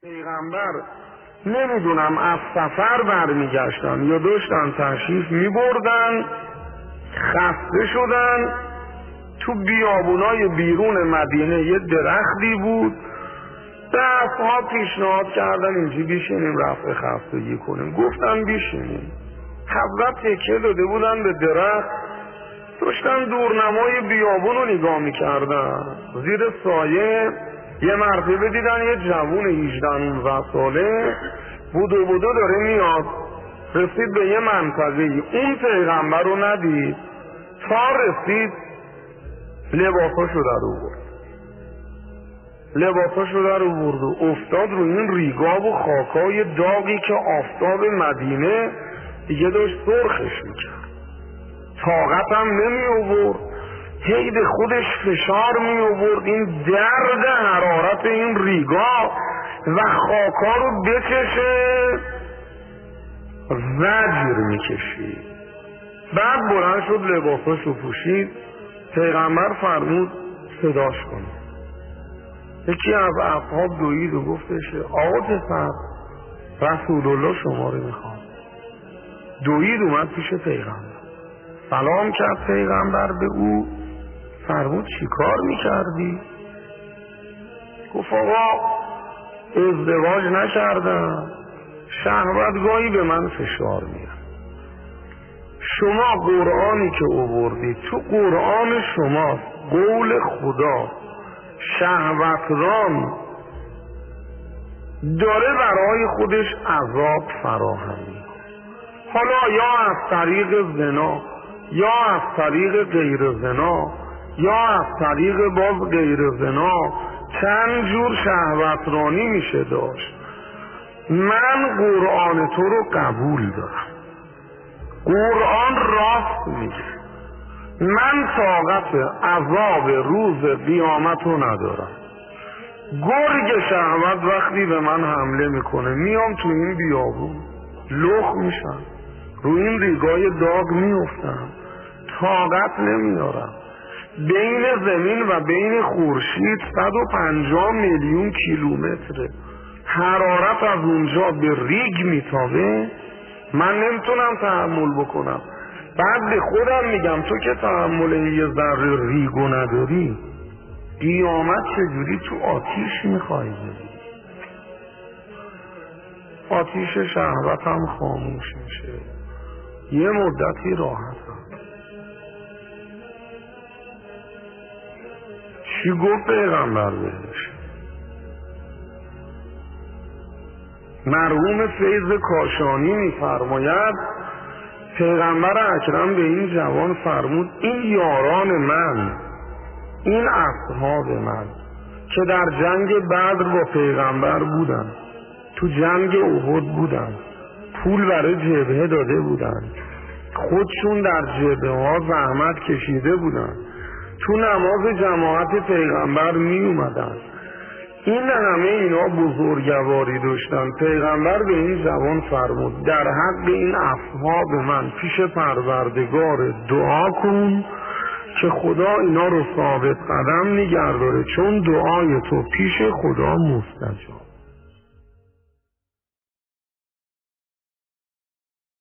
پیغمبر نمیدونم از سفر برمیگشتن یا داشتن تشریف میبردن، خسته شدن. تو بیابونای بیرون مدینه یه درختی بود، به اصحاب پیشنهاد کردن اینجا بیشینیم رفع خستگی کنیم. گفتن بیشینیم. حضرت تکیه داده بودن به درخت، داشتن دورنمای بیابون رو نگاه میکردن. زیر سایه یه مرتبه دیدن یه جوون 18-19 ساله بودو داره میاد. رسید به یه منطقه، اون پیغمبر رو ندید، تا رسید لباساشو در آورد و افتاد رو این ریگاب و خاکای داغی که آفتاب مدینه دیگه داشت سرخش میکرد. طاقت هم نمی آورد، هی به خودش فشار می آورد این درد حرارت این ریگا و خاکا رو بکشه، زجر می کشید. بعد بلند شد لباساشو پوشید. پیغمبر فرمود صداش کنه. یکی از اصحاب دوید و گفتش آقا پسر، رسول الله شما رو میخواد. دوید اومد پیش پیغمبر، سلام کرد. پیغمبر به او فرمود چی کار میکردی؟ گفت آقا ازدواج نکردم، شهوتگاهی به من فشار میاد. شما قرآنی که آوردید تو قرآن شما قول خدا شهوتران داره برای خودش عذاب فراهم میکنه. حالا یا از طریق زنا، یا از طریق غیر زنا، یا از طریق باز غیر زنا، چند جور شهوترانی میشه داشت. من قرآن تو رو قبول دارم، قرآن راست میگه. من طاقت عذاب روز قیامت رو ندارم. گرگ شهوت وقتی به من حمله میکنه میام تو این بیابون لخ میشم، رو این ریگای داغ میافتم، طاقت نمیارم. بین زمین و بین خورشید 150 میلیون کیلومتره، حرارت از اونجا به ریگ میتابه، من نمیتونم تحمل بکنم. بعد به خودم میگم تو که تحمل یه ذره ریگو نداری، قیامت چجوری تو آتیش میخوایی بری؟ آتیش شهوت هم خاموش میشه، یه مدتی راحتم. چی گفت پیغمبر بهش؟ مرحوم فیض کاشانی میفرماید پیغمبر اکرم به این جوان فرمود این یاران من، این اصحاب من که در جنگ بدر با پیغمبر بودن، تو جنگ احد بودن، پول برای جبهه داده بودن، خودشون در جبهه ها زحمت کشیده بودن، تو نماز جماعت پیغمبر می اومدن، این همه اینا بزرگواری داشتن. پیغمبر به این جوان فرمود در حق این اصحاب من پیش پروردگار دعا کن که خدا اینا رو ثابت قدم نگه داره، چون دعای تو پیش خدا مستجاب.